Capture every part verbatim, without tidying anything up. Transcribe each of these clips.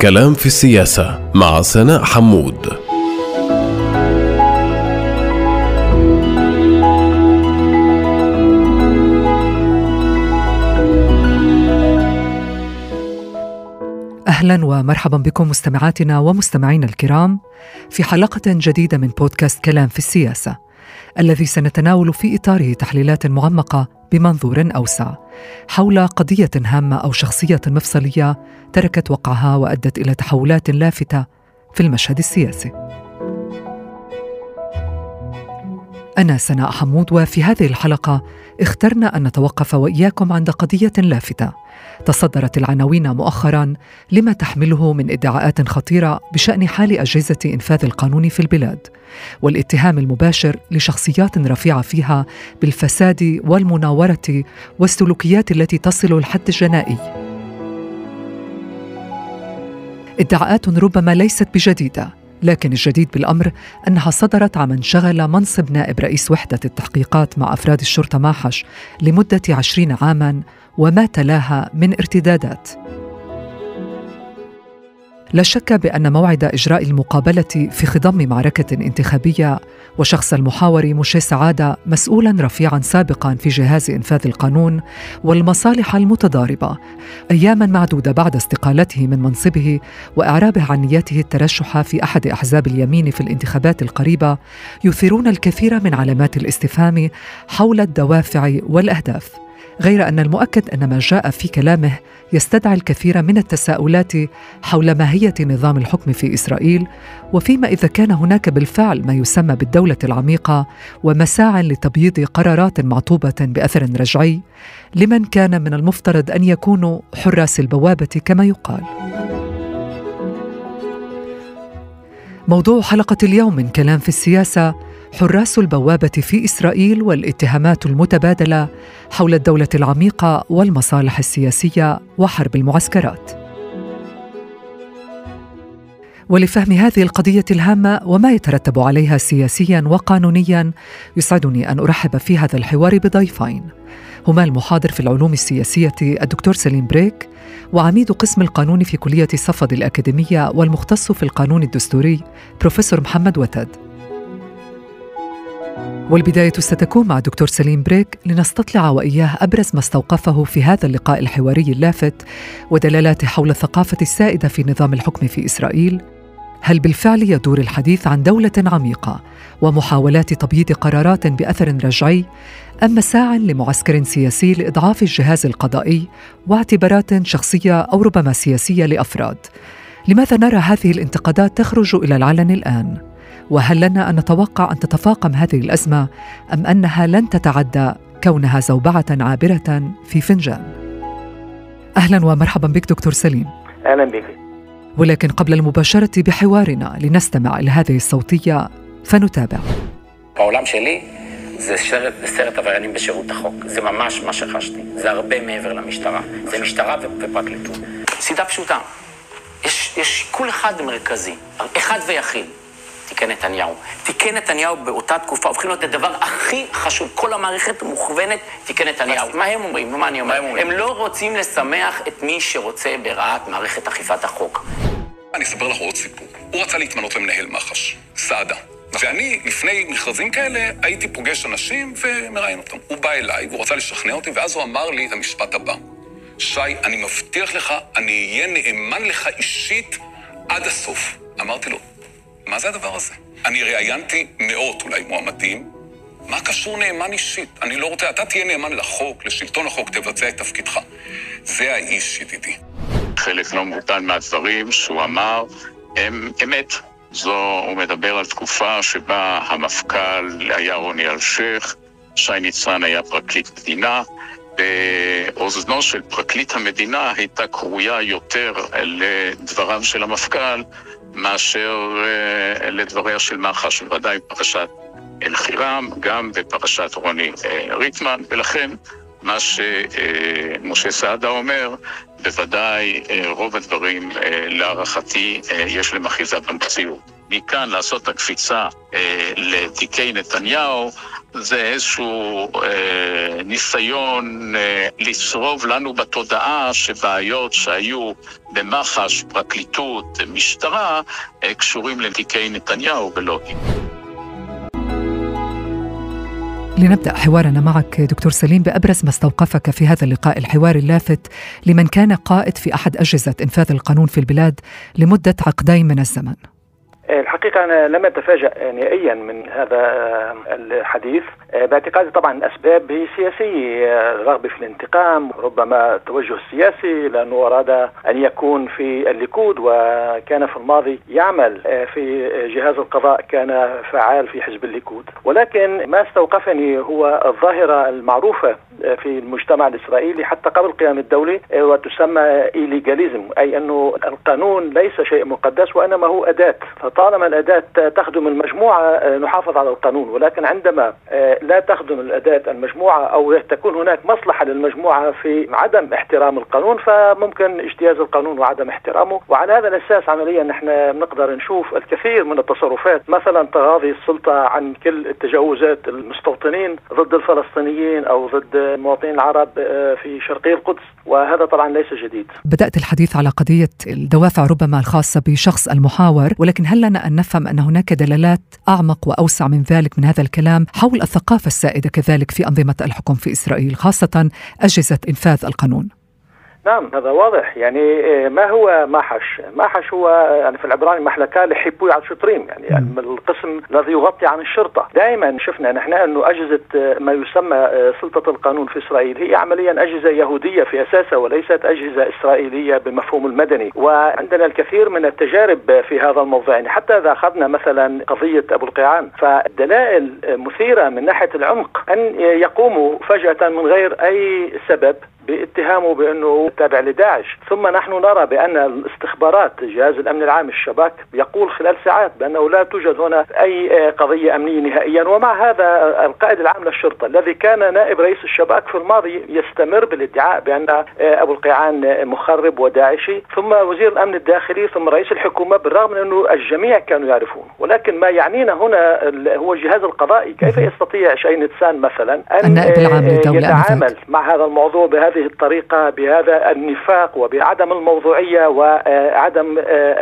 كلام في السياسة مع سناء حمود. أهلا ومرحبا بكم مستمعاتنا ومستمعينا الكرام في حلقة جديدة من بودكاست كلام في السياسة، الذي سنتناول في إطاره تحليلات معمقة بمنظور أوسع حول قضية هامة أو شخصية مفصلية تركت وقعها وأدت إلى تحولات لافتة في المشهد السياسي. أنا سناء حمود، وفي هذه الحلقة اخترنا أن نتوقف وإياكم عند قضية لافتة تصدرت العناوين مؤخراً لما تحمله من ادعاءات خطيرة بشأن حال أجهزة إنفاذ القانون في البلاد، والاتهام المباشر لشخصيات رفيعة فيها بالفساد والمناورة والسلوكيات التي تصل الحد الجنائي. ادعاءات ربما ليست بجديدة، لكن الجديد بالأمر أنها صدرت عمن شغل منصب نائب رئيس وحدة التحقيقات مع أفراد الشرطة ماحش لمدة عشرين عاماً وما تلاها من ارتدادات. لا شك بأن موعد إجراء المقابلة في خضم معركة انتخابية وشخص المحاور موشي سعادة مسؤولاً رفيعاً سابقاً في جهاز إنفاذ القانون والمصالح المتضاربة أياماً معدودة بعد استقالته من منصبه وإعرابه عن نيته الترشح في أحد أحزاب اليمين في الانتخابات القريبة يثيرون الكثير من علامات الاستفهام حول الدوافع والأهداف، غير أن المؤكد أن ما جاء في كلامه يستدعي الكثير من التساؤلات حول ماهية نظام الحكم في إسرائيل، وفيما إذا كان هناك بالفعل ما يسمى بالدولة العميقة ومساع لتبييض قرارات معطوبة بأثر رجعي لمن كان من المفترض أن يكونوا حراس البوابة كما يقال. موضوع حلقة اليوم من كلام في السياسة: حراس البوابة في إسرائيل والاتهامات المتبادلة حول الدولة العميقة والمصالح السياسية وحرب المعسكرات. ولفهم هذه القضية الهامة وما يترتب عليها سياسياً وقانونياً، يسعدني أن أرحب في هذا الحوار بضيفين، هما المحاضر في العلوم السياسية الدكتور سليم بريك، وعميد قسم القانون في كلية صفد الأكاديمية والمختص في القانون الدستوري بروفيسور محمد وتد. والبداية ستكون مع دكتور سليم بريك لنستطلع وإياه أبرز ما استوقفه في هذا اللقاء الحواري اللافت ودلالاته حول الثقافة السائدة في نظام الحكم في إسرائيل. هل بالفعل يدور الحديث عن دولة عميقة ومحاولات تبييض قرارات بأثر رجعي، أم مساع لمعسكر سياسي لإضعاف الجهاز القضائي واعتبارات شخصية أو ربما سياسية لأفراد؟ لماذا نرى هذه الانتقادات تخرج إلى العلن الآن؟ وهل لنا أن نتوقع أن تتفاقم هذه الأزمة أم أنها لن تتعدى كونها زوبعة عابرة في فنجان؟ أهلا ومرحبا بك دكتور سليم. أهلا بك. ولكن قبل المباشرة بحوارنا لنستمع إلى هذه الصوتية فنتابع. בעולם שלי זה סרט, סרט עבריינים בשירות החוק. זה ממש מה שחשתי. זה הרבה מעבר למשטרה. זה משטרה ופרקליטות. סידה פשוטה. יש, יש שיקול אחד מרכזי, אחד ויחיד. תיקי נתניהו. תיקי נתניהו באותה תקופה הופכים להיות הדבר הכי חשוב. כל המערכת מוכוונת תיקי נתניהו. מה הם אומרים? מה אני אומר? הם לא רוצים לשמח את מי שרוצה ברעת מערכת אכיפת החוק. אני אספר לך עוד סיפור. הוא רצה להתמנות למנהל מח"ש, סעדה. ואני, לפני מכרזים כאלה, הייתי פוגש אנשים ומראיין אותם. הוא בא אליי והוא רצה לשכנע אותי, ואז הוא אמר לי את המשפט הבא: שי, אני מבטיח לך, אני אהיה נאמן לך אישית עד הסוף. אמרתי לו, מה זה הדבר הזה? אני ראיינתי מאות אולי מועמדים, מה קשור נאמן אישית? אני לא רוצה, אתה תהיה נאמן לחוק, לשלטון החוק, תבצע את תפקידך. זה האיש ידידי. חלק לא מבוטל מהדברים שהוא אמר הם אמת. זו, הוא מדבר על תקופה שבה המפכ"ל היה רוני אלשיך, שי ניצן היה פרקליט מדינה, באוזנו של פרקליט המדינה הייתה קרויה יותר לדבריו של המפכ"ל מאשר לדבריה של מח"ש, בוודאי פרשת אל-חירם, גם בפרשת רוני ריטמן, ולכן מה שמשה סעדה אומר, בוודאי רוב הדברים להערכתי יש להם אחיזה במציאות. מכאן לעשות הקפיצה לתיקי נתניהו, זה איזשהו אה, ניסיון אה, לצרוב לנו בתודעה שבעיות שהיו במח"ש, פרקליטות, משטרה, אה, קשורים לתיקי נתניהו ולא היא. لنبدأ حوارنا معك دكتور سليم بأبرز ما استوقفك في هذا اللقاء الحواري اللافت لمن كان قائد في أحد أجهزة إنفاذ القانون في البلاد لمدة عقدين من الزمن. الحقيقة أنا لم أتفاجأ نهائيا من هذا الحديث، باعتقادي طبعا الأسباب هي سياسية، رغبة في الانتقام، ربما توجه سياسي لأنه أراد أن يكون في الليكود وكان في الماضي يعمل في جهاز القضاء، كان فعال في حزب الليكود. ولكن ما استوقفني هو الظاهرة المعروفة في المجتمع الإسرائيلي حتى قبل قيام الدولة وتسمى إيليغاليزم، أي أنه القانون ليس شيء مقدس وإنما هو أداة، فطالما الأداة تخدم المجموعة نحافظ على القانون، ولكن عندما لا تخدم الأداة المجموعة أو تكون هناك مصلحة للمجموعة في عدم احترام القانون فممكن اجتياز القانون وعدم احترامه. وعلى هذا الأساس عمليا نحن نقدر نشوف الكثير من التصرفات، مثلا تغاضي السلطة عن كل التجاوزات المستوطنين ضد الفلسطينيين أو ضد المواطنين العرب في شرقي القدس، وهذا طبعا ليس جديد. بدأت الحديث على قضية الدوافع ربما الخاصة بشخص المحاور، ولكن هل لنا أن نفهم أن هناك دلالات أعمق وأوسع من ذلك من هذا الكلام حول الثقافة السائدة كذلك في أنظمة الحكم في إسرائيل، خاصة أجهزة إنفاذ القانون؟ نعم هذا واضح. يعني ما هو محش؟ محش هو يعني في العبراني محلكة لحبوي على الشطرين، يعني, يعني القسم الذي يغطي عن الشرطة. دائما شفنا نحن أنه أجهزة ما يسمى سلطة القانون في إسرائيل هي عمليا أجهزة يهودية في أساسها وليست أجهزة إسرائيلية بمفهوم المدني، وعندنا الكثير من التجارب في هذا الموضوع. يعني حتى إذا أخذنا مثلا قضية أبو القيعان، فالدلائل مثيرة من ناحية العمق أن يقوموا فجأة من غير أي سبب باتهامه بأنه تابع لداعش، ثم نحن نرى بأن الاستخبارات جهاز الأمن العام الشباك يقول خلال ساعات بأنه لا توجد هنا أي قضية أمنية نهائيا. ومع هذا القائد العام للشرطة الذي كان نائب رئيس الشباك في الماضي يستمر بالادعاء بأن أبو القيعان مخرب وداعشي، ثم وزير الأمن الداخلي، ثم رئيس الحكومة، بالرغم من أنه الجميع كانوا يعرفون. ولكن ما يعنينا هنا هو الجهاز القضائي، كيف يستطيع شاينة سان مثلا أن يتعامل مع هذا الموضوع بهذا بهذه الطريقة، بهذا النفاق وبعدم الموضوعية وعدم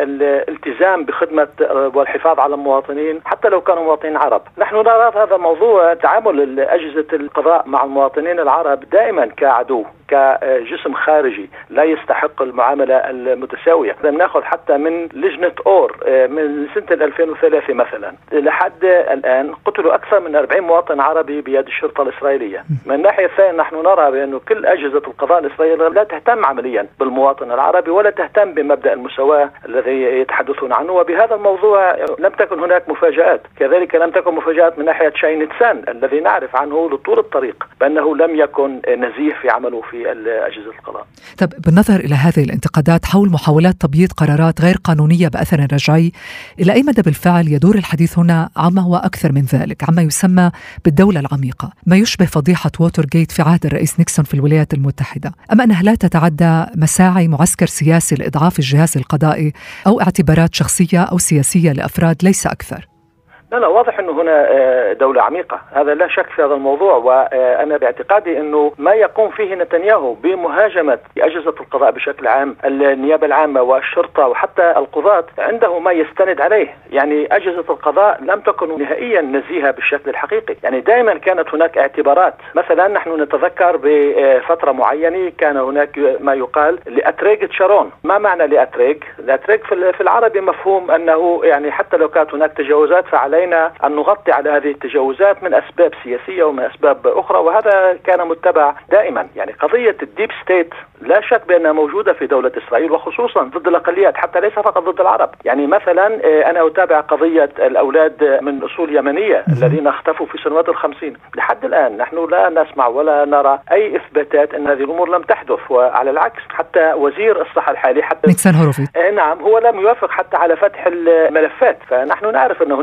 الالتزام بخدمة والحفاظ على المواطنين حتى لو كانوا مواطنين عرب. نحن نرى هذا الموضوع تعامل أجهزة القضاء مع المواطنين العرب دائما كعدو، كجسم خارجي لا يستحق المعاملة المتساوية. نأخذ حتى من لجنة أور من سنة ألفين وثلاثة مثلا لحد الآن قتلوا أكثر من أربعين مواطن عربي بيد الشرطة الإسرائيلية. من الناحية الثانية نحن نرى بأنه كل أجهزة القضاء الإسرائيلية لا تهتم عمليا بالمواطن العربي ولا تهتم بمبدأ المساواة الذي يتحدثون عنه. وبهذا الموضوع لم تكن هناك مفاجآت، كذلك لم تكن مفاجآت من ناحية شاينة سان الذي نعرف عنه لطول الطريق بأنه لم يكن نزيه في عمله في أجهزة القضاء. طب بالنظر إلى هذه الانتقادات حول محاولات تبييض قرارات غير قانونية بأثر رجعي، إلى أي مدى بالفعل يدور الحديث هنا عما هو أكثر من ذلك، عما يسمى بالدولة العميقة، ما يشبه فضيحة ووتر جيت في عهد الرئيس نيكسون في الولايات المتحدة، أم أنها لا تتعدى مساعي معسكر سياسي لإضعاف الجهاز القضائي أو اعتبارات شخصية أو سياسية لأفراد ليس أكثر؟ لا لا واضح أنه هنا دولة عميقة، هذا لا شك في هذا الموضوع. وأنا باعتقادي أنه ما يقوم فيه نتنياهو بمهاجمة أجهزة القضاء بشكل عام، النيابة العامة والشرطة وحتى القضاة، عنده ما يستند عليه. يعني أجهزة القضاء لم تكن نهائيا نزيهة بالشكل الحقيقي، يعني دائما كانت هناك اعتبارات. مثلا نحن نتذكر بفترة معينة كان هناك ما يقال لأتريج شارون. ما معنى لأتريج؟ لأتريج في العربي مفهوم أنه يعني حتى لو كانت هناك تجاوزات فعليه أن نغطي على هذه التجاوزات من أسباب سياسية ومن أسباب أخرى، وهذا كان متبع دائما. يعني قضية الديب ستيت لا شك بأنها موجودة في دولة إسرائيل وخصوصا ضد الأقليات، حتى ليس فقط ضد العرب. يعني مثلا أنا أتابع قضية الأولاد من أصول يمنية الذين اختفوا في سنوات الخمسين. لحد الآن نحن لا نسمع ولا نرى أي إثباتات أن هذه الأمور لم تحدث، وعلى العكس حتى وزير الصحة الحالي حتى نيكسون هوروفيتس نعم هو لم يوافق حتى على فتح الملفات. فنحن نعرف أن هناك الكثير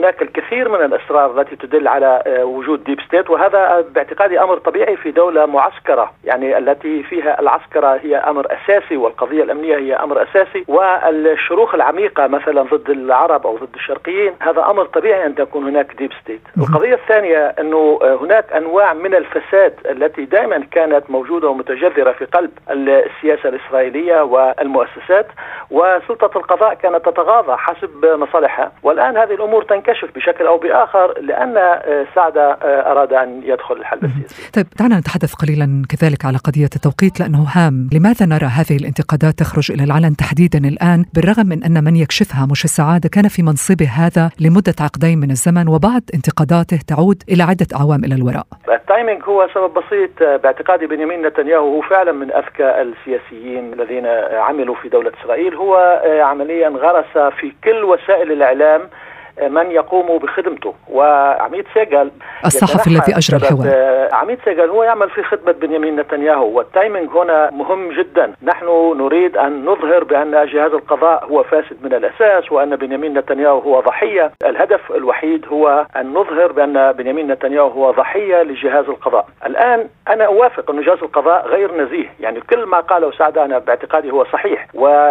الكثير من الأسرار التي تدل على وجود ديب ستيت، وهذا باعتقادي أمر طبيعي في دولة معسكرة، يعني التي فيها العسكرة هي أمر أساسي والقضية الأمنية هي أمر أساسي، والشروخ العميقة مثلا ضد العرب أو ضد الشرقيين هذا أمر طبيعي أن تكون هناك ديب ستيت. القضية الثانية أنه هناك أنواع من الفساد التي دائما كانت موجودة ومتجذرة في قلب السياسة الإسرائيلية والمؤسسات، وسلطة القضاء كانت تتغاضى حسب مصالحها، والآن هذه الأمور تنكشف بشكل أو بآخر لأن سعدة أراد أن يدخل الحلبة السياسية. طيب دعنا نتحدث قليلا كذلك على قضية التوقيت لأنه هام. لماذا نرى هذه الانتقادات تخرج إلى العلن تحديدا الآن، بالرغم من أن من يكشفها مش السعادة كان في منصبه هذا لمدة عقدين من الزمن، وبعض انتقاداته تعود إلى عدة أعوام إلى الوراء؟ التايمينج هو سبب بسيط. باعتقادي بنيامين نتنياهو هو فعلا من أذكى السياسيين الذين عملوا في دولة إسرائيل. هو عمليا غرس في كل وسائل الإعلام من يقوم بخدمته، وعميد سيغل الصحفي الذي أجرى الحوار، عميد سيغل هو يعمل في خدمة بنيامين نتنياهو، والتايمينج هنا مهم جدا. نحن نريد أن نظهر بأن جهاز القضاء هو فاسد من الأساس وأن بنيامين نتنياهو هو ضحية. الهدف الوحيد هو أن نظهر بأن بنيامين نتنياهو هو ضحية لجهاز القضاء. الآن أنا أوافق أن جهاز القضاء غير نزيه، يعني كل ما قاله سعدة أنا باعتقادي هو صحيح،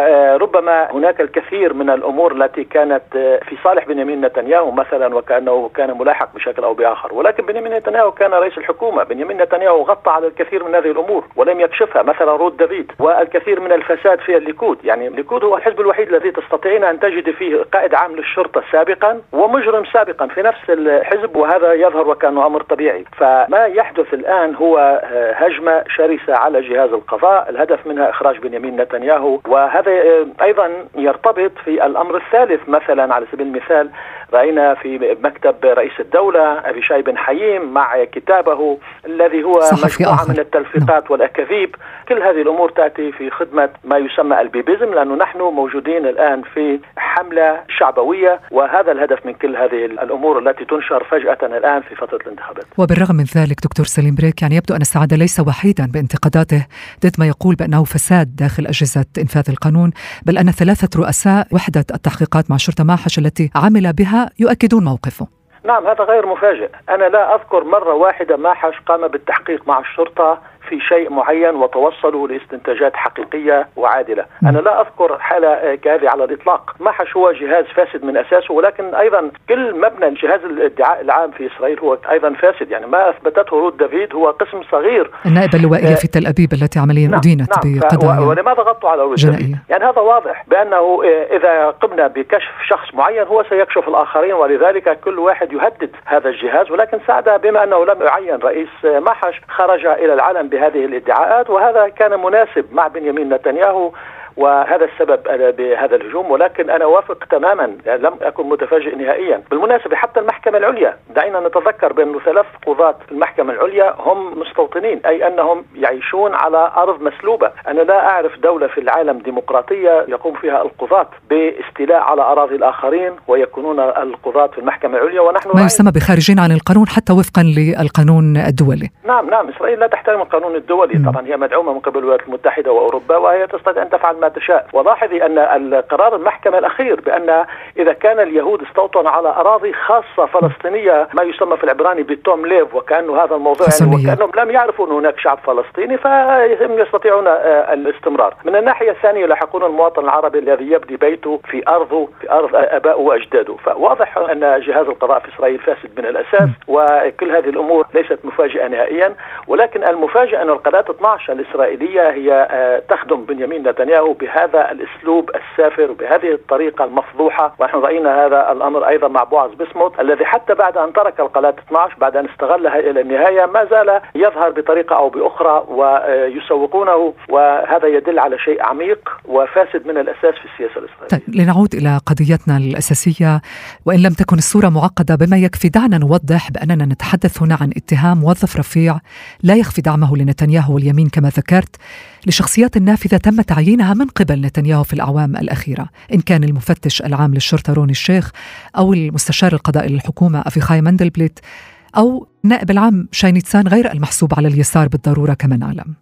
وربما هناك الكثير من الأمور التي كانت في صالح بنيامين نتنياهو مثلا وكأنه كان ملاحق بشكل أو بآخر، ولكن بنيامين نتنياهو كان رئيس الحكومة. بنيامين نتنياهو غطى على الكثير من هذه الأمور ولم يكشفها، مثلا رود دافيد والكثير من الفساد في الليكود. يعني الليكود هو الحزب الوحيد الذي تستطيعين أن تجد فيه قائد عام للشرطة سابقا ومجرم سابقا في نفس الحزب، وهذا يظهر وكأنه أمر طبيعي. فما يحدث الآن هو هجمة شرسة على جهاز القضاء الهدف منها إخراج بنيامين نتنياهو، وهذا أيضا يرتبط في الأمر الثالث. مثلا على سبيل المثال رأينا في مكتب رئيس الدولة أبيشاي بن حييم مع كتابه الذي هو مجموعة من التلفيقات والأكاذيب. كل هذه الأمور تأتي في خدمة ما يسمى البيبيزم، لأنه نحن موجودين الآن في حملة شعبوية، وهذا الهدف من كل هذه الأمور التي تنشر فجأة الآن في فترة الانتخابات. وبالرغم من ذلك دكتور سليم بريك، يعني يبدو أن السعادة ليس وحيدا بانتقاداته ضد ما يقول بأنه فساد داخل أجهزة إنفاذ القانون، بل أن ثلاثة رؤساء وحدة التحقيقات مع شرطة ماحش التي عمل بها يؤكدون موقفه. نعم، هذا غير مفاجئ. أنا لا أذكر مرة واحدة ماحش قام بالتحقيق مع الشرطة في شيء معين وتوصلوا لاستنتاجات حقيقية وعادلة. أنا لا أذكر حالة كهذه على الإطلاق. ماحش هو جهاز فاسد من أساسه، ولكن أيضا كل مبنى جهاز الادعاء العام في إسرائيل هو أيضا فاسد. يعني ما أثبتته رود دافيد هو قسم صغير. النائبة اللوائية في تل أبيب التي عمليا نعم أدينت نعم بقضايا ولماذا غطوا على رود دافيد؟ يعني هذا واضح بأنه إذا قمنا بكشف شخص معين هو سيكشف الآخرين، ولذلك كل واحد يهدد هذا الجهاز. ولكن سعدة بما أنه لم يعين رئيس ماحش خرج إلى العلن بهذه الادعاءات، وهذا كان مناسب مع بنيامين نتنياهو، وهذا السبب بهذا الهجوم. ولكن أنا وافق تماما، يعني لم أكن متفاجئ نهائيا. بالمناسبة حتى المحكمة العليا، دعينا نتذكر بأن ثلاث قضاة في المحكمة العليا هم مستوطنين، أي أنهم يعيشون على أرض مسلوبة. أنا لا أعرف دولة في العالم ديمقراطية يقوم فيها القضاة باستيلاء على أراضي الآخرين ويكونون القضاة في المحكمة العليا، ونحن ما يسمى بخارجين عن القانون حتى وفقا للقانون الدولي. نعم نعم إسرائيل لا تحترم القانون الدولي. م. طبعا هي مدعومة من قبل الولايات المتحدة وأوروبا، وهي تستطيع أن تفعل ما تشاء. ولاحظي أن القرار المحكمة الأخير بأن إذا كان اليهود استوطنوا على أراضي خاصة فلسطينية ما يسمى في العبراني بتوم ليف، وكأنه هذا الموضوع يعني وكأنهم لم يعرفوا أن هناك شعب فلسطيني فهم يستطيعون الاستمرار. من الناحية الثانية يلاحقون المواطن العربي الذي يبني بيته في أرضه في أرض آبائه وأجداده. فواضح أن جهاز القضاء في إسرائيل فاسد من الأساس، وكل هذه الأمور ليست مفاجئة نهائيا. ولكن المفاجئة أن القناة اثنا عشر الإسرائيلية هي تخدم بنيامين نتنياهو بهذا الاسلوب السافر وبهذه الطريقه المفضوحه. ونحن راينا هذا الامر ايضا مع بوعز بسموت الذي حتى بعد ان ترك القناه اثنا عشر بعد ان استغلها الى النهايه ما زال يظهر بطريقه او باخرى ويسوقونه، وهذا يدل على شيء عميق وفاسد من الاساس في السياسه الاسرائيليه. طيب لنعود الى قضيتنا الاساسيه، وان لم تكن الصوره معقده بما يكفي دعنا نوضح باننا نتحدث هنا عن اتهام موظف رفيع لا يخفي دعمه لنتنياهو واليمين كما ذكرت لشخصيات نافذة تم تعيينها من قبل نتنياهو في الأعوام الأخيرة، إن كان المفتش العام للشرطة روني الشيخ أو المستشار القضائي للحكومة أفيخاي مندلبليت أو نائب العام شاي نيتسان غير المحسوب على اليسار بالضرورة كما نعلم.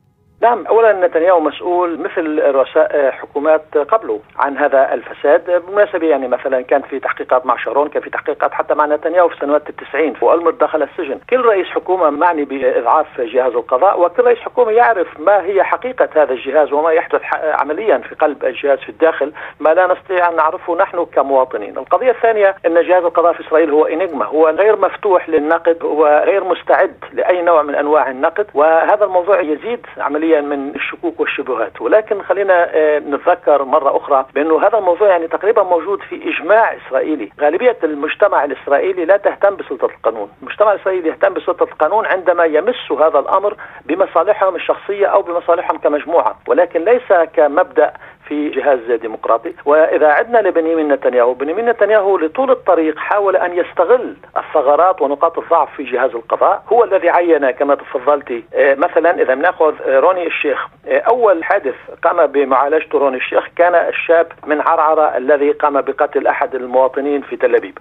نعم، أولا نتنياهو مسؤول مثل رؤساء حكومات قبله عن هذا الفساد. بالمناسبة يعني مثلا كان في تحقيقات مع شارون، كان في تحقيقات حتى مع نتنياهو في سنوات التسعين، وألمر دخل السجن. كل رئيس حكومة معني بإضعاف جهاز القضاء، وكل رئيس حكومة يعرف ما هي حقيقة هذا الجهاز وما يحدث عمليا في قلب الجهاز في الداخل، ما لا نستطيع أن نعرفه نحن كمواطنين. القضية الثانية أن جهاز القضاء في إسرائيل هو إنجما، هو غير مفتوح للنقد وغير مستعد لأي نوع من أنواع النقد، وهذا الموضوع يزيد عمليا من الشكوك والشبهات. ولكن خلينا نتذكر مرة أخرى بأنه هذا الموضوع يعني تقريبا موجود في إجماع إسرائيلي. غالبية المجتمع الإسرائيلي لا تهتم بسلطة القانون. المجتمع الإسرائيلي يهتم بسلطة القانون عندما يمس هذا الأمر بمصالحهم الشخصية أو بمصالحهم كمجموعة، ولكن ليس كمبدأ في جهاز ديمقراطي. وإذا عدنا لبنيامين نتنياهو، بنيامين نتنياهو لطول الطريق حاول أن يستغل الثغرات ونقاط الضعف في جهاز القضاء. هو الذي عين كما تفضلتي مثلا إذا بناخذ روني الشيخ، أول حادث قام بمعالجته روني الشيخ كان الشاب من عرعرة الذي قام بقتل أحد المواطنين في تل أبيب.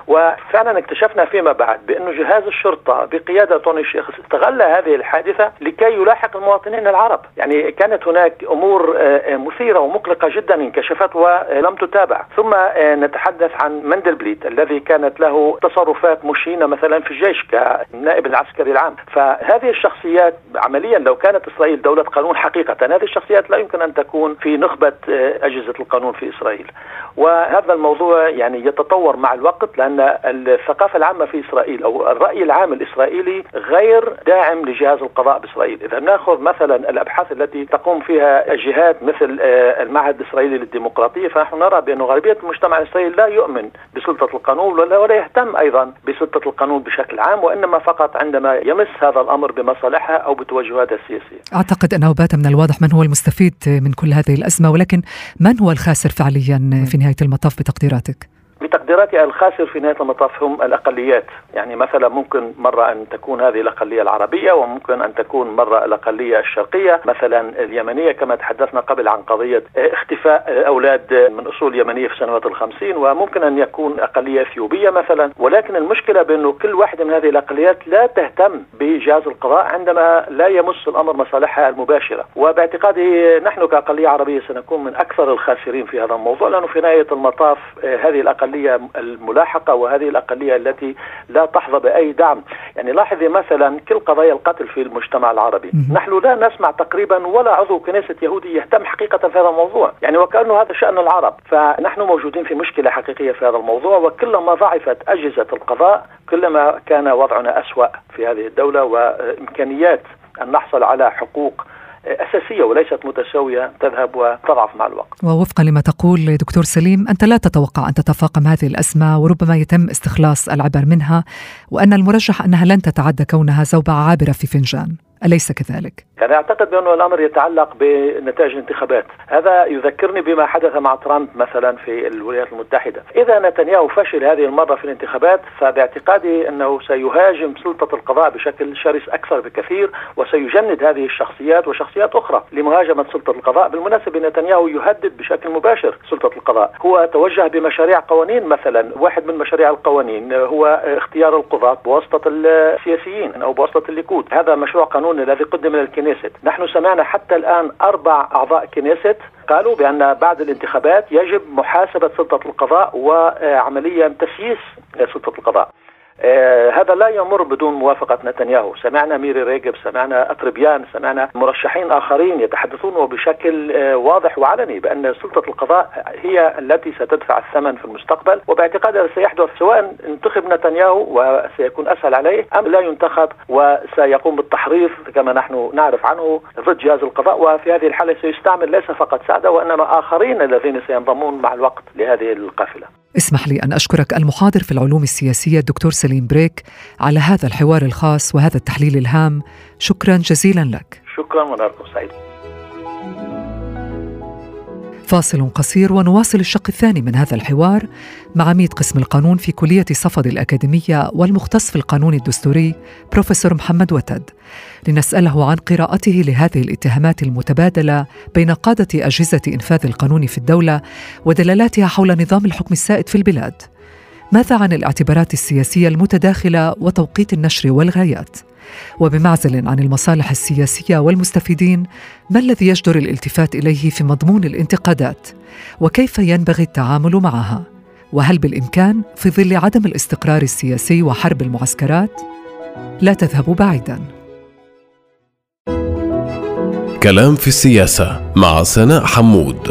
وفعلا اكتشفنا فيما بعد بأنه جهاز الشرطة بقيادة روني الشيخ استغل هذه الحادثة لكي يلاحق المواطنين العرب. يعني كانت هناك أمور مثيرة ومقلقة جدا انكشفت ولم تتابع. ثم نتحدث عن مندلبليت الذي كانت له تصرفات مشينة مثلا في الجيش كنائب العسكري العام. فهذه الشخصيات عمليا لو كانت إسرائيل دولة قانون حقيقة، هذه الشخصيات لا يمكن أن تكون في نخبة أجهزة القانون في إسرائيل. وهذا الموضوع يعني يتطور مع الوقت، لأن الثقافة العامة في إسرائيل أو الرأي العام الإسرائيلي غير داعم لجهاز القضاء بإسرائيل. إذا نأخذ مثلا الأبحاث التي تقوم فيها جهات مثل المعهد الإسرائيلي للديمقراطية، فنحن نرى بأن غالبية المجتمع الإسرائيلي لا يؤمن بسلطة القانون ولا يهتم أيضا بسلطة القانون بشكل عام، وإنما فقط عندما يمس هذا الأمر بمصالحها أو بتوجهاتها السياسية. أعتقد أنه بات من الواضح من هو المستفيد من كل هذه الأزمة، ولكن من هو الخاسر فعليا في نهاية المطاف بتقديراتك؟ بتقديراتي الخاسر في نهاية المطاف هم الأقليات. يعني مثلا ممكن مرة أن تكون هذه الأقلية العربية، وممكن أن تكون مرة الأقلية الشرقية مثلا اليمنية، كما تحدثنا قبل عن قضية اختفاء أولاد من أصول يمنية في سنوات الخمسين، وممكن أن يكون أقلية إثيوبية مثلا. ولكن المشكلة بأنه كل واحدة من هذه الأقليات لا تهتم بجهاز القضاء عندما لا يمس الأمر مصالحها المباشرة. وباعتقادي نحن كأقلية عربية سنكون من أكثر الخاسرين في هذا الموضوع، لأنه في نهاية المطاف هذه الأقلية الملاحقة وهذه الأقلية التي لا تحظى بأي دعم. يعني لاحظي مثلا كل قضايا القتل في المجتمع العربي، نحن لا نسمع تقريبا ولا عضو كنيسة يهودي يهتم حقيقة في هذا الموضوع، يعني وكأنه هذا شأن العرب. فنحن موجودين في مشكلة حقيقية في هذا الموضوع، وكلما ضعفت أجهزة القضاء كلما كان وضعنا أسوأ في هذه الدولة، وإمكانيات أن نحصل على حقوق أساسية وليست متساوية تذهب وتضعف مع الوقت. ووفقا لما تقول دكتور سليم، أنت لا تتوقع أن تتفاقم هذه الأزمة، وربما يتم استخلاص العبر منها، وأن المرجح أنها لن تتعدى كونها زوبعة عابرة في فنجان، أليس كذلك؟ أنا أعتقد بأنه الأمر يتعلق بنتائج الانتخابات. هذا يذكرني بما حدث مع ترامب مثلا في الولايات المتحدة. إذا نتنياهو فشل هذه المرة في الانتخابات، فباعتقادي أنه سيهاجم سلطة القضاء بشكل شرس أكثر بكثير، وسيجند هذه الشخصيات وشخصيات أخرى لمهاجمة سلطة القضاء. بالمناسبة نتنياهو يهدد بشكل مباشر سلطة القضاء. هو توجه بمشاريع قوانين، مثلا واحد من مشاريع القوانين هو اختيار القضاة بواسطة السياسيين أو بواسطة الليكود. هذا مشروع قانون الذي قدم من الكنيست. نحن سمعنا حتى الآن أربع أعضاء كنيست قالوا بأن بعد الانتخابات يجب محاسبة سلطة القضاء وعمليا تسييس سلطة القضاء. آه هذا لا يمر بدون موافقة نتنياهو. سمعنا ميري ريجب، سمعنا أطربيان، سمعنا مرشحين آخرين يتحدثون بشكل آه واضح وعلني بأن سلطة القضاء هي التي ستدفع الثمن في المستقبل. وباعتقاد هذا سيحدث سواء انتخب نتنياهو وسيكون أسهل عليه، أم لا ينتخب وسيقوم بالتحريض كما نحن نعرف عنه ضد جهاز القضاء. وفي هذه الحالة سيستعمل ليس فقط سعدة وإنما آخرين الذين سينضمون مع الوقت لهذه القافلة. اسمح لي أن أشكرك المحاضر في العلوم السياسية الدكتور سليم بريك على هذا الحوار الخاص وهذا التحليل الهام. شكرا جزيلا لك. شكرا ونهاركم سعيد. فاصل قصير ونواصل الشق الثاني من هذا الحوار مع عميد قسم القانون في كلية صفد الأكاديمية والمختص في القانون الدستوري بروفيسور محمد وتد، لنسأله عن قراءته لهذه الاتهامات المتبادلة بين قادة أجهزة إنفاذ القانون في الدولة ودلالاتها حول نظام الحكم السائد في البلاد. ماذا عن الاعتبارات السياسية المتداخلة وتوقيت النشر والغايات؟ وبمعزل عن المصالح السياسية والمستفيدين، ما الذي يجدر الالتفات إليه في مضمون الانتقادات؟ وكيف ينبغي التعامل معها؟ وهل بالإمكان في ظل عدم الاستقرار السياسي وحرب المعسكرات؟ لا تذهبوا بعيداً. كلام في السياسة مع سناء حمود.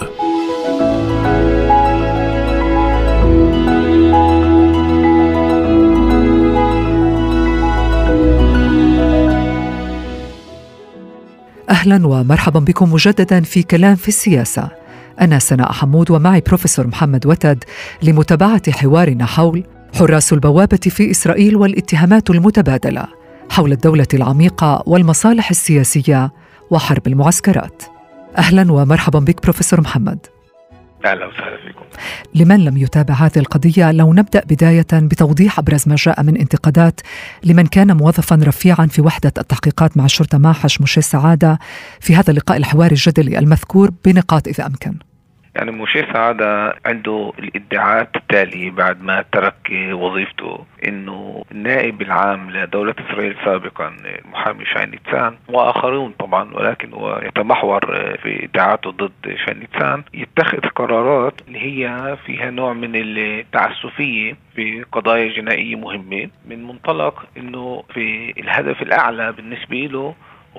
أهلاً ومرحباً بكم مجدداً في كلام في السياسة. أنا سناء حمود ومعي بروفيسور محمد وتد لمتابعة حوارنا حول حراس البوابة في إسرائيل والاتهامات المتبادلة حول الدولة العميقة والمصالح السياسية وحرب المعسكرات. أهلاً ومرحباً بك بروفيسور محمد. أهلا وسهلا فيكم. لمن لم يتابع هذه القضية، لو نبدأ بداية بتوضيح أبرز ما جاء من انتقادات لمن كان موظفاً رفيعاً في وحدة التحقيقات مع الشرطة ماحش موشي سعادة في هذا اللقاء الحواري الجدلي المذكور بنقاط إذا أمكن. يعني موشي سعادة عنده الادعاءات التالية بعد ما ترك وظيفته، إنه النائب العام لدولة إسرائيل سابقا المحامي شاي نيتسان وآخرون طبعا، ولكن هو يتمحور في ادعاءاته ضد شاي نيتسان، يتخذ قرارات اللي هي فيها نوع من التعسفية في قضايا جنائية مهمة، من منطلق إنه في الهدف الأعلى بالنسبة له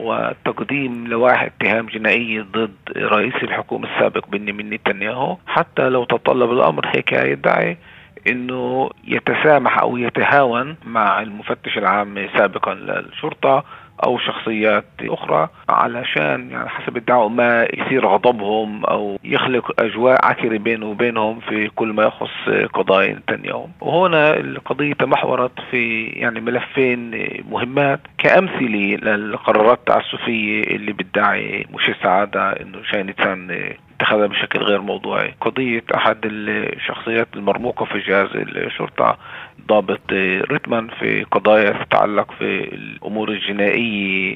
وتقديم لوائح اتهام جنائية ضد رئيس الحكومة السابق بنيامين نتنياهو، حتى لو تطلب الأمر هيك يدعي انه يتسامح او يتهاون مع المفتش العام سابقا للشرطة او شخصيات اخرى، علشان يعني حسب الدعوة ما يصير غضبهم او يخلق اجواء عكرة بينه وبينهم في كل ما يخص قضايا نتنياهو. وهنا القضية تمحورت في يعني ملفين مهمات كأمثلة للقرارات التعسفية اللي بتدعي موشي سعادة انه شاي نيتسان اتخذها بشكل غير موضوعي. قضية أحد الشخصيات المرموقة في جهاز الشرطة ضابط ريتمان في قضايا تتعلق في الأمور الجنائية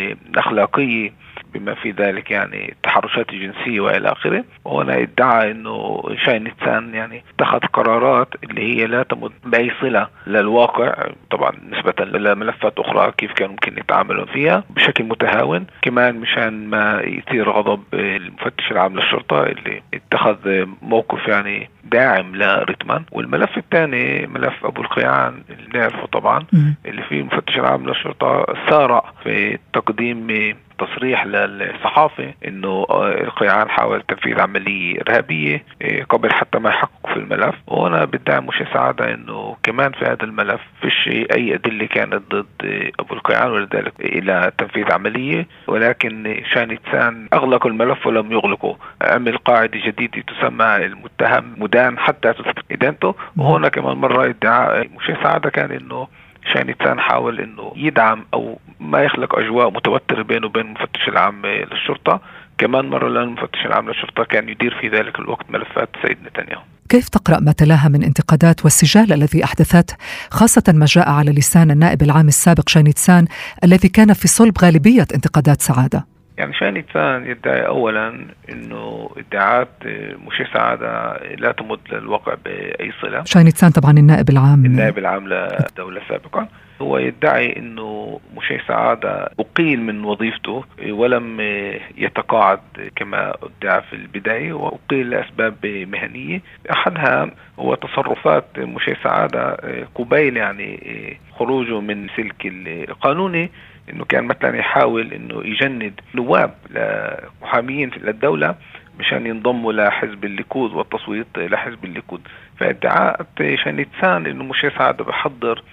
الأخلاقية بما في ذلك يعني التحرشات الجنسية وإلى آخره. وهنا ادعى إنه شاي نيتسان يعني اتخذ قرارات اللي هي لا تمت بأي صلة للواقع، طبعا نسبة لملفات أخرى كيف كانوا ممكن يتعاملون فيها بشكل متهاون، كمان مشان ما يثير غضب المفتش العام للشرطة اللي اتخذ موقف يعني داعم لريتمان. والملف الثاني ملف أبو القيعان اللي نعرفه طبعا، اللي فيه المفتش العام للشرطة سارع في تقديم تصريح للصحافة انه القيعان حاول تنفيذ عملية ارهابية قبل حتى ما يحقق في الملف. وهنا بدعي موشي سعادة انه كمان في هذا الملف فيش اي ادلة كانت ضد ابو القيعان ولذلك الى تنفيذ عملية، ولكن شاي نيتسان اغلق الملف ولم يغلقه، عمل قاعدة جديدة تسمى المتهم مدان حتى تثبت ادانته. وهنا كمان مرة ادعاء موشي سعادة كان انه شاي نيتسان حاول انه يدعم او ما يخلق اجواء متوتره بينه وبين المفتش العام للشرطه. كمان مره لان المفتش العام للشرطه كان يدير في ذلك الوقت ملفات سيد نتنياهو. كيف تقرأ ما تلاها من انتقادات والسجال الذي أحدثته، خاصة ما جاء على لسان النائب العام السابق شاي نيتسان الذي كان في صلب غالبية انتقادات سعادة؟ يعني شاي نيتسان يدعي أولا أنه ادعاءات موشي سعادة لا تمد للواقع بأي صلة. شاي نيتسان طبعا النائب العام النائب العام للدولة سابقا، هو يدعي أنه موشي سعادة أقيل من وظيفته ولم يتقاعد كما ادعى في البداية، وأقيل لأسباب مهنية. أحدها هو تصرفات موشي سعادة قبيل يعني خروجه من سلك القانوني، انه كان مثلا يحاول انه يجند نواب لمحاميين للدولة مشان ينضموا لحزب الليكود والتصويت لحزب الليكود. فادعاء شاي نيتسان انه موشي سعادة بحضر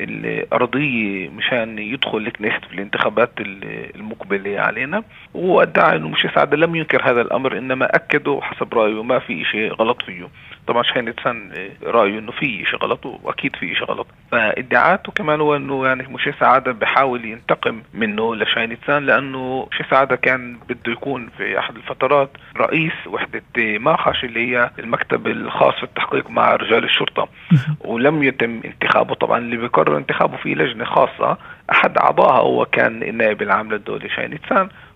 الأرضية مشان يدخل الكنيست في الانتخابات المقبلة علينا، وادعى انه موشي سعادة لم ينكر هذا الامر، انما اكده حسب رأيه ما في شيء غلط فيه. طبعا شاي نيتسان رأيه انه في شيء غلط، واكيد في شيء غلط. فادعاءاته كمان هو انه يعني موشي سعادة بحاول ينتقم منه لشاي نيتسان، لانه موشي سعادة كان بده يكون في احد الفترات رئيس وحدة ماحش اللي هي المكتب الخاص في التحقيق مع رجال الشرطة، ولم يتم انتخابه. طبعا اللي بيقرر انتخابه في لجنة خاصة، احد اعضائها هو كان النائب العام للدولة شاي نيتسان،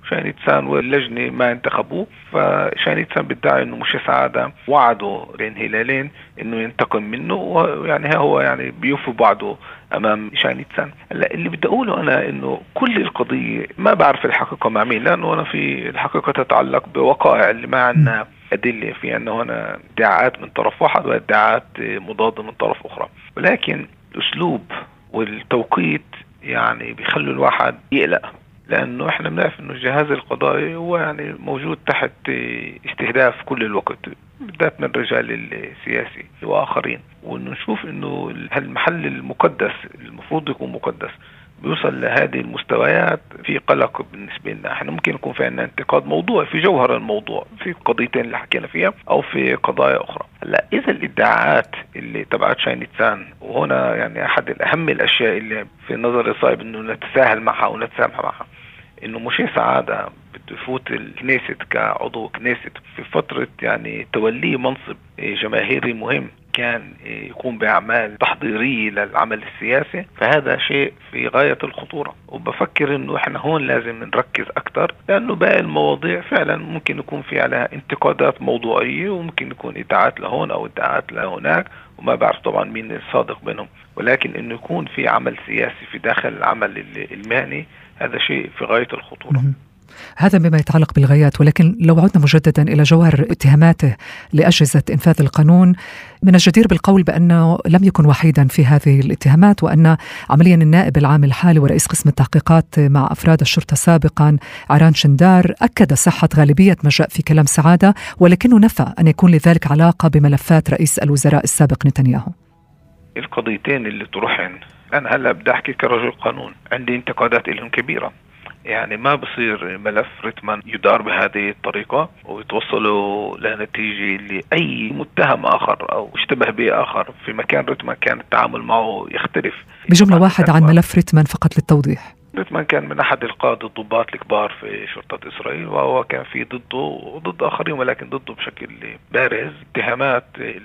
شاهين نيتسان واللجنة ما انتخبوه. فشاهين نيتسان بيدعي انه مشي سعادة وعده بين هلالين انه ينتقم منه، ويعني هو يعني بيوفي بعده امام شاهين نيتسان. هلا اللي بدي اقوله انا انه كل القضية ما بعرف الحقيقة مع مين، لانه انا في الحقيقة تتعلق بوقائع اللي ما عندنا أدلة في أنه هنا ادعاءات من طرف واحد وادعاءات مضادة من طرف أخرى، ولكن الأسلوب والتوقيت يعني بيخلوا الواحد يقلق، لأنه إحنا بنعرف إنه الجهاز القضائي هو يعني موجود تحت استهداف كل الوقت، بالذات من الرجال السياسي وآخرين، وإنه نشوف إنه هالمحل المقدس المفروض يكون مقدس بيوصل لهذه المستويات في قلق بالنسبة لنا. احنا ممكن يكون في عندنا انتقاد موضوع في جوهر الموضوع في قضيتين اللي حكينا فيها او في قضايا اخرى. هلا اذا الادعاءات اللي تبعت شاهين نيتسان، وهنا يعني احد الاهم الاشياء اللي في نظري صعب انه نتساهل معها او نتسامح معها، انه مشي سعادة بده يفوت الكنيست كعضو كنيست في فترة يعني توليه منصب جماهيري مهم، كان يقوم بأعمال تحضيرية للعمل السياسي، فهذا شيء في غاية الخطورة. وبفكر انه احنا هون لازم نركز اكتر، لانه باقي المواضيع فعلا ممكن يكون في عليها انتقادات موضوعية، وممكن يكون ادعاءات لهون او ادعاءات لهناك، وما بعرف طبعا مين الصادق بينهم، ولكن انه يكون في عمل سياسي في داخل العمل المهني هذا شيء في غاية الخطورة. هذا بما يتعلق بالغايات، ولكن لو عدنا مجددا إلى جوهر اتهاماته لأجهزة إنفاذ القانون، من الجدير بالقول بأنه لم يكن وحيدا في هذه الاتهامات، وأن عمليا النائب العام الحالي ورئيس قسم التحقيقات مع أفراد الشرطة سابقا عران شندار أكد صحة غالبية ما جاء في كلام سعادة، ولكنه نفى أن يكون لذلك علاقة بملفات رئيس الوزراء السابق نتنياهو. القضيتين اللي طرحن أنا هلا بدي أحكي كرجل قانون، عندي انتقادات لهم كبيرة. يعني ما بصير ملف ريتمان يدار بهذه الطريقة ويتوصلوا لنتيجة لأي متهم آخر أو اشتبه به آخر في مكان ريتمان كان التعامل معه يختلف. بجملة واحدة عن ملف ريتمان فقط للتوضيح، ريتمان كان من أحد القادة الضباط الكبار في شرطة إسرائيل، وهو كان في ضده وضد آخرين، ولكن ضده بشكل بارز اتهامات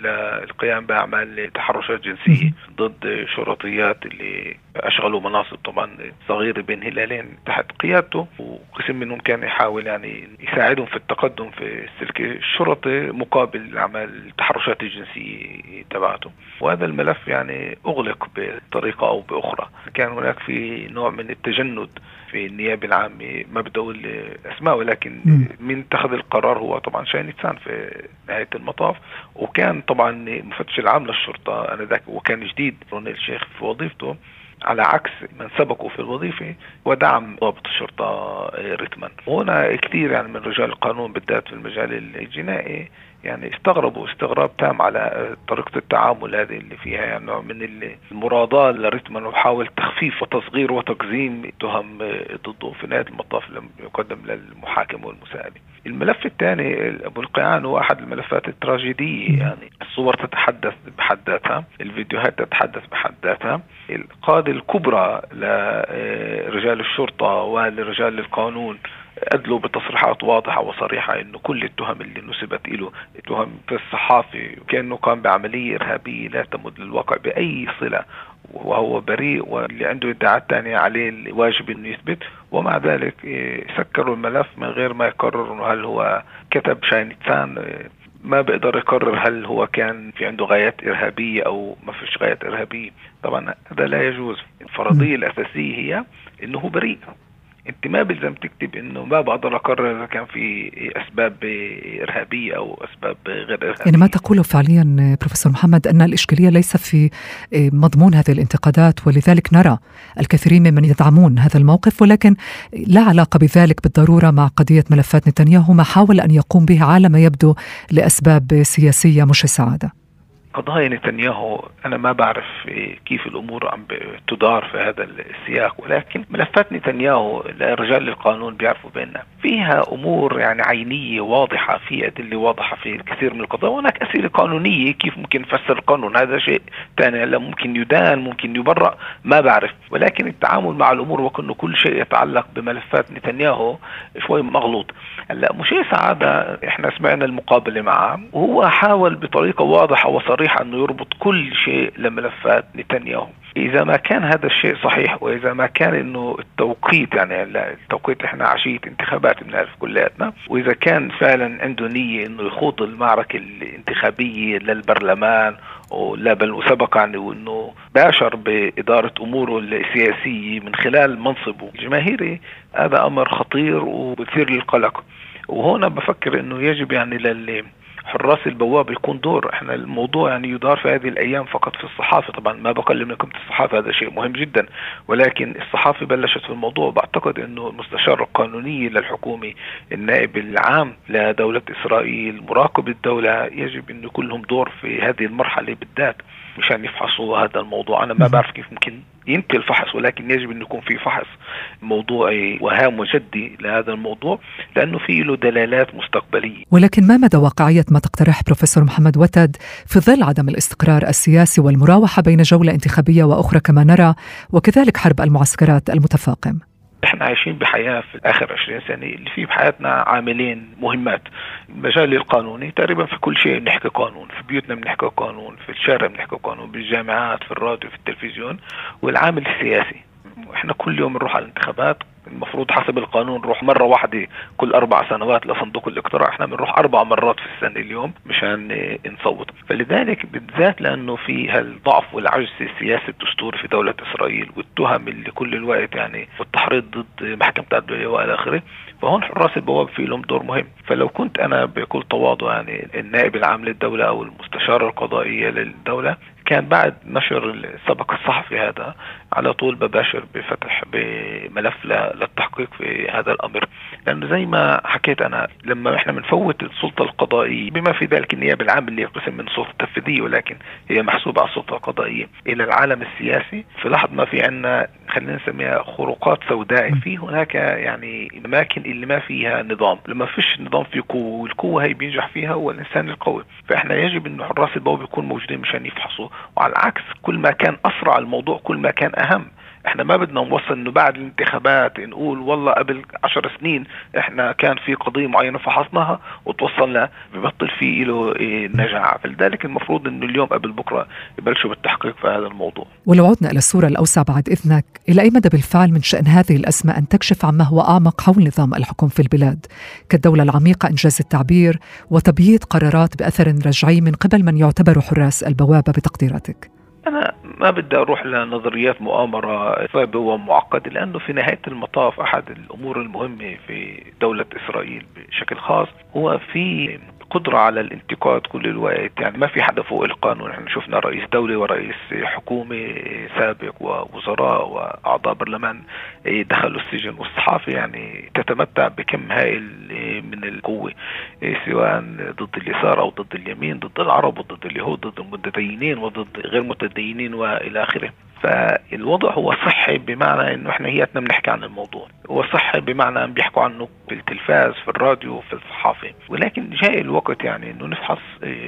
للقيام بأعمال تحرشات جنسية ضد شرطيات اللي أشغلوا مناصب طبعا صغيرة بين هلالين تحت قيادته، وقسم منهم كان يحاول يعني يساعدهم في التقدم في سلك الشرطة مقابل أعمال التحرشات الجنسية تبعته. وهذا الملف يعني أغلق بطريقة أو بأخرى. كان هناك في نوع من التجند في النيابة العامة، ما بدي أقول أسماء، ولكن من اتخذ القرار هو طبعا شاهين نيتسان في نهاية المطاف، وكان طبعا مفتش العام للشرطة أنا ذاك وكان جديد رونيل شيخ في وظيفته، على عكس من سبقوا في الوظيفة ودعم ضابط الشرطة ريتمان. وهنا كثير يعني من رجال القانون بالذات في المجال الجنائي يعني استغربوا استغراب تام على طريقة التعامل هذه اللي فيها يعني من المراضاة لريتمان، وحاول تخفيف وتصغير وتقزيم تهم ضده. في نهاية المطاف لم يقدم للمحاكم والمساءلة. الملف الثاني أبو القيعان هو أحد الملفات التراجيدية، يعني الصور تتحدث بحد ذاتها، الفيديوهات تتحدث بحد ذاتها. القادة الكبرى لرجال الشرطة ولرجال القانون أدلوا بتصريحات واضحة وصريحة إنه كل التهم اللي نسبت له تهم في الصحافي وكأنه قام بعملية إرهابية لا تمد للواقع بأي صلة، وهو بريء، واللي عنده ادعاءات تانية عليه الواجب إنه يثبت. ومع ذلك سكروا الملف من غير ما يقرروا هل هو كتب شاهين نيتسان، ما بيقدر يقرر هل هو كان في عنده غايات إرهابية أو ما فيش غايات إرهابية. طبعا هذا لا يجوز. الفرضية الأساسية هي إنه بريء. انت ما بلزم تكتب انه ما بقدر اقرر اذا كان في اسباب ارهابيه او اسباب غير ارهابيه. يعني ما تقوله فعليا بروفيسور محمد ان الاشكاليه ليس في مضمون هذه الانتقادات، ولذلك نرى الكثيرين ممن يدعمون هذا الموقف، ولكن لا علاقه بذلك بالضروره مع قضيه ملفات نتنياهو ما حاول ان يقوم به على ما يبدو لاسباب سياسيه مش سعاده. قضايا نتنياهو أنا ما بعرف كيف الأمور عم تدار في هذا السياق، ولكن ملفات نتنياهو رجال القانون بيعرفوا بيننا فيها أمور يعني عينية واضحة، في أدلة واضحة في الكثير من القضايا. وهناك أسئلة قانونية كيف ممكن نفسر القانون، هذا شيء ثاني. هلا ممكن يدان ممكن يبرأ ما بعرف، ولكن التعامل مع الأمور وكأنه كل شيء يتعلق بملفات نتنياهو شوي مغلوط. هلا مشي سعادة احنا سمعنا المقابلة معه، وهو حاول بطريقة واضحة وصريحة انه يربط كل شيء لملفات نتنياهو. إذا ما كان هذا الشيء صحيح، وإذا ما كان إنه التوقيت يعني التوقيت إحنا عشية انتخابات بنعرف كلياتنا، وإذا كان فعلا عنده نية إنه يخوض المعركة الانتخابية للبرلمان ولا بل وسبق عنه إنه باشر بإدارة أموره السياسية من خلال منصبه الجماهيري، هذا أمر خطير وبثير للقلق. وهنا بفكر إنه يجب يعني لل حراس البوابة يكون دور. احنا الموضوع يعني يدار في هذه الايام فقط في الصحافة، طبعا ما بقلل منكم الصحافة، هذا شيء مهم جدا، ولكن الصحافة بلشت في الموضوع. بعتقد انه المستشار القانوني للحكومة، النائب العام لدولة اسرائيل، مراقب الدولة، يجب انه يكون لهم دور في هذه المرحلة بالذات مشان يفحصوا هذا الموضوع. انا ما بعرف كيف ممكن ينتهي الفحص، ولكن يجب أن يكون في فحص موضوعي وهام وجدي لهذا الموضوع، لأنه فيه له دلالات مستقبلية. ولكن ما مدى واقعية ما تقترح بروفيسور محمد وتد في ظل عدم الاستقرار السياسي والمراوحة بين جولة انتخابية وأخرى كما نرى، وكذلك حرب المعسكرات المتفاقم؟ احنا عايشين بحياة في آخر عشرين سنة اللي فيه بحياتنا عاملين مهمات. المجال القانوني تقريبا في كل شيء بنحكي قانون، في بيوتنا بنحكي قانون، في الشارع بنحكي قانون، بالجامعات، في الراديو، في التلفزيون. والعامل السياسي احنا كل يوم نروح على الانتخابات، المفروض حسب القانون نروح مرة واحدة كل أربع سنوات لصندوق الاقتراع، احنا بنروح أربع مرات في السنة اليوم مشان نصوت. فلذلك بالذات لأنه في هالضعف والعجز السياسي الدستوري في دولة إسرائيل والتهم اللي كل الوقت يعني والتحريض ضد محكمة العدل وإلى آخره، فهون حراس البوابة في لهم دور مهم. فلو كنت أنا بكل تواضع يعني النائب العام للدولة أو المستشار القضائية للدولة، كان بعد نشر السبق الصحفي هذا على طول بباشر بفتح بملف للتحقيق في هذا الأمر. لأنه زي ما حكيت أنا، لما إحنا بنفوت السلطة القضائية بما في ذلك النيابة العامة اللي قسم من السلطة التنفيذية ولكن هي محسوبة على السلطة القضائية إلى العالم السياسي، في لحظة ما في عنا خلينا نسميها خروقات سوداء. في هناك يعني أماكن اللي ما فيها نظام، لما فيش نظام في قوة، والقوة هي بينجح فيها هو الإنسان القوي. فإحنا يجب إنه حراس البوابة يكونوا موجودين مشان يفحصوا، وعلى العكس كل ما كان أسرع الموضوع كل ما كان أهم. احنا ما بدنا نوصل انه بعد الانتخابات نقول والله قبل عشر سنين احنا كان في قضية معينة فحصناها وتوصلنا، ببطل فيه له نجاعة. فلذلك المفروض انه اليوم قبل بكرة يبلشوا بالتحقيق في هذا الموضوع. ولو عدنا الى الصورة الاوسع بعد اذنك، الى اي مدى بالفعل من شأن هذه الأزمة ان تكشف عما هو اعمق حول نظام الحكم في البلاد كالدولة العميقة انجاز التعبير وتبييض قرارات بأثر رجعي من قبل من يعتبر حراس البوابة بتقديراتك؟ أنا ما بدي أروح لنظريات مؤامرة صعبة ومعقدة، لأنه في نهاية المطاف أحد الأمور المهمة في دولة إسرائيل بشكل خاص هو في قدرة على الانتقاد كل الوقت. يعني ما في حدا فوق القانون. احنا شفنا رئيس دولة ورئيس حكومة سابق ووزراء وأعضاء برلمان دخلوا السجن، والصحافة يعني تتمتع بكم هائل من القوة سواء ضد اليسار أو ضد اليمين، ضد العرب وضد اليهود، ضد المتدينين وضد غير متدينين وإلى آخره. فالوضع هو صحي بمعنى انه احنا هياتنا بنحكي عن الموضوع، هو صحي بمعنى ان بيحكوا عنه في التلفاز في الراديو في الصحافة، ولكن جاء الوقت يعني انه نفحص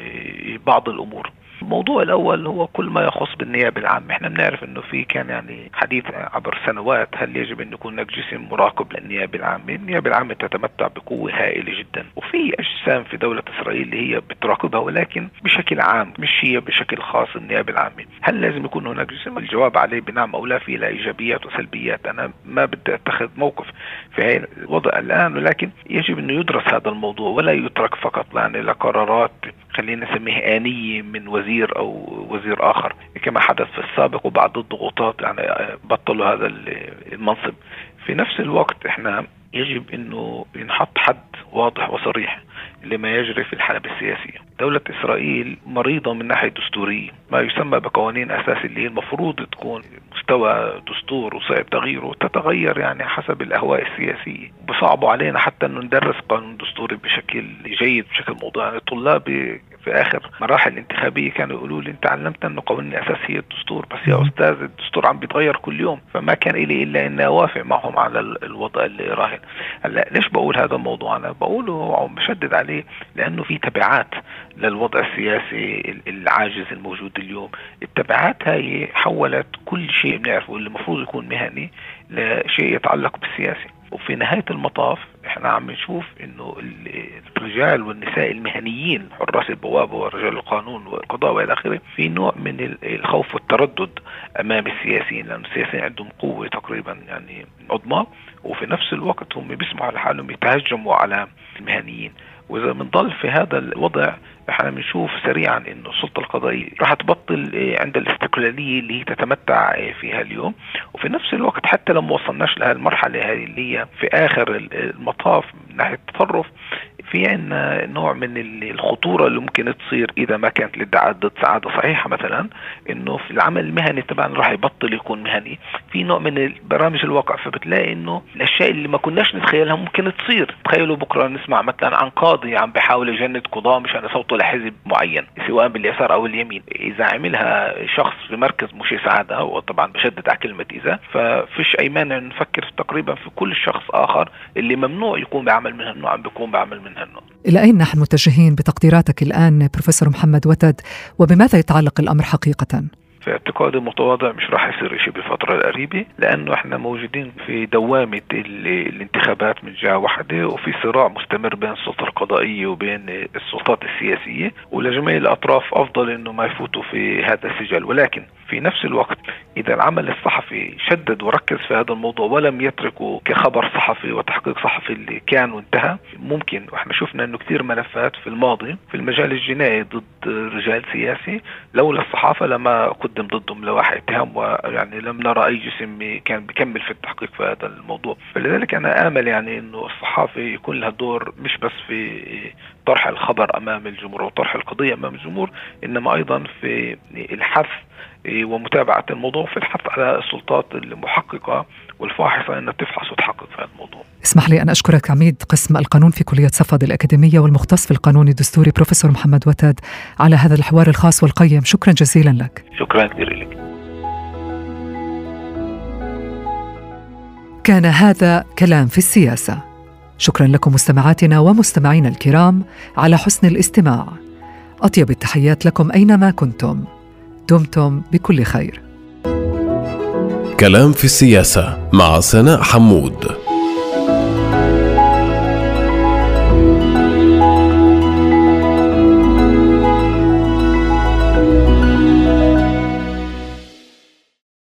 بعض الامور. الموضوع الاول هو كل ما يخص بالنيابه العامه. احنا بنعرف انه في كان يعني حديث عبر سنوات هل يجب ان يكون هناك جسم مراقب للنيابه العامه. النيابه العامه تتمتع بقوه هائله جدا، وفي اجسام في دوله اسرائيل اللي هي بتراقبها، ولكن بشكل عام مش هي بشكل خاص النيابه العامه. هل لازم يكون هناك جسم؟ الجواب عليه بنعم او لا، في له ايجابيات وسلبيات. انا ما بدي اتخذ موقف في هذا الوضع الان، ولكن يجب انه يدرس هذا الموضوع ولا يترك فقط يعني لقرارات خلينا نسميها آنية من وزير أو وزير آخر كما حدث في السابق، وبعد الضغوطات يعني بطلوا هذا المنصب. في نفس الوقت احنا يجب انه ينحط حد واضح وصريح لما يجري في الحلبة السياسية. دولة إسرائيل مريضة من ناحية دستورية، ما يسمى بقوانين أساس اللي هي المفروض تكون مستوى دستور وصعب تغييره، تتغير يعني حسب الأهواء السياسية. بصعبوا علينا حتى أنه ندرس قانون دستوري بشكل جيد بشكل موضوعي. يعني الطلاب في آخر مراحل الانتخابية كانوا يقولوا لي أنت علمت أنه قوانين الأساس هي الدستور، بس يا أستاذ الدستور عم بيتغير كل يوم. فما كان إلي إلا أن أوافق معهم على الوضع اللي راهن. هلا ليش بقول هذا الموضوع؟ أنا بقوله وبشدد عليه لأنه في تبعات للوضع السياسي العاجز الموجود اليوم. التبعات هاي حولت كل شيء بنعرفه اللي المفروض يكون مهني لشيء يتعلق بالسياسي. وفي نهاية المطاف احنا عم نشوف انه الرجال والنساء المهنيين حراس البوابة ورجال القانون والقضاء والى اخره في نوع من الخوف والتردد امام السياسيين، لان السياسيين عندهم قوة تقريبا يعني عظمى، وفي نفس الوقت هم بيسمعوا على حالهم يتهجموا على المهنيين. واذا بنضل في هذا الوضع احنا بنشوف سريعا انه السلطه القضائيه راح تبطل عند الاستقلاليه اللي هي تتمتع فيها اليوم، وفي نفس الوقت حتى لو ما وصلناش لهالمرحله هذه اللي هي في اخر المطاف من ناحيه التطرف، في عندنا نوع من الخطوره اللي ممكن تصير اذا ما كانت الادعاءات ضد سعاده صحيحه، مثلا انه في العمل المهني تبعنا راح يبطل يكون مهني، في نوع من برامج الواقع، فبتلاقي انه الاشياء اللي ما كناش نتخيلها ممكن تصير. تخيلوا بكره نسمع مثلا عن قاضي عم بيحاول يجند قضاة مشان يصوتوا لحزب معين سواء باليسار او اليمين، اذا عملها شخص في مركز مشي سعاده، وطبعا بشدد على كلمه اذا، ففيش اي مانع نفكر في تقريبا في كل شخص اخر اللي ممنوع يكون بعمل من هالنوع عم بيكون بعمل من هالنوع. الى اين نحن متجهين بتقديراتك الان بروفيسور محمد وتد، وبماذا يتعلق الامر حقيقه؟ في اعتقادي المتواضع مش راح يصير شيء بالفترة القريبة، لأنه احنا موجودين في دوامة الانتخابات من جهة واحدة، وفي صراع مستمر بين السلطة القضائية وبين السلطات السياسية، ولجميع الأطراف أفضل إنه ما يفوتوا في هذا السجال. ولكن في نفس الوقت إذا العمل الصحفي شدد وركز في هذا الموضوع ولم يتركه كخبر صحفي وتحقيق صحفي اللي كان وانتهى، ممكن، واحنا شفنا إنه كثير ملفات في الماضي في المجال الجنائي ضد رجال سياسي لولا الصحافة لما قدم ضدهم لوائح اتهام، ويعني لم نرى أي جسم كان بيكمل في التحقيق في هذا الموضوع. فلذلك أنا آمل يعني إنه الصحافة يكون لها دور مش بس في طرح الخبر أمام الجمهور وطرح القضية أمام الجمهور، إنما أيضا في الحث ومتابعة الموضوع، في الحث على السلطات المحققة والفاحصة أن تفحص وتحقق في هذا الموضوع. اسمح لي أن أشكرك عميد قسم القانون في كلية صفد الأكاديمية والمختص في القانون الدستوري بروفيسور محمد وتد على هذا الحوار الخاص والقيم. شكرا جزيلا لك. شكرا كثير لك. كان هذا كلام في السياسة. شكرا لكم مستمعاتنا ومستمعينا الكرام على حسن الاستماع. أطيب التحيات لكم أينما كنتم. دمتم بكل خير. كلام في السياسة مع سناء حمود.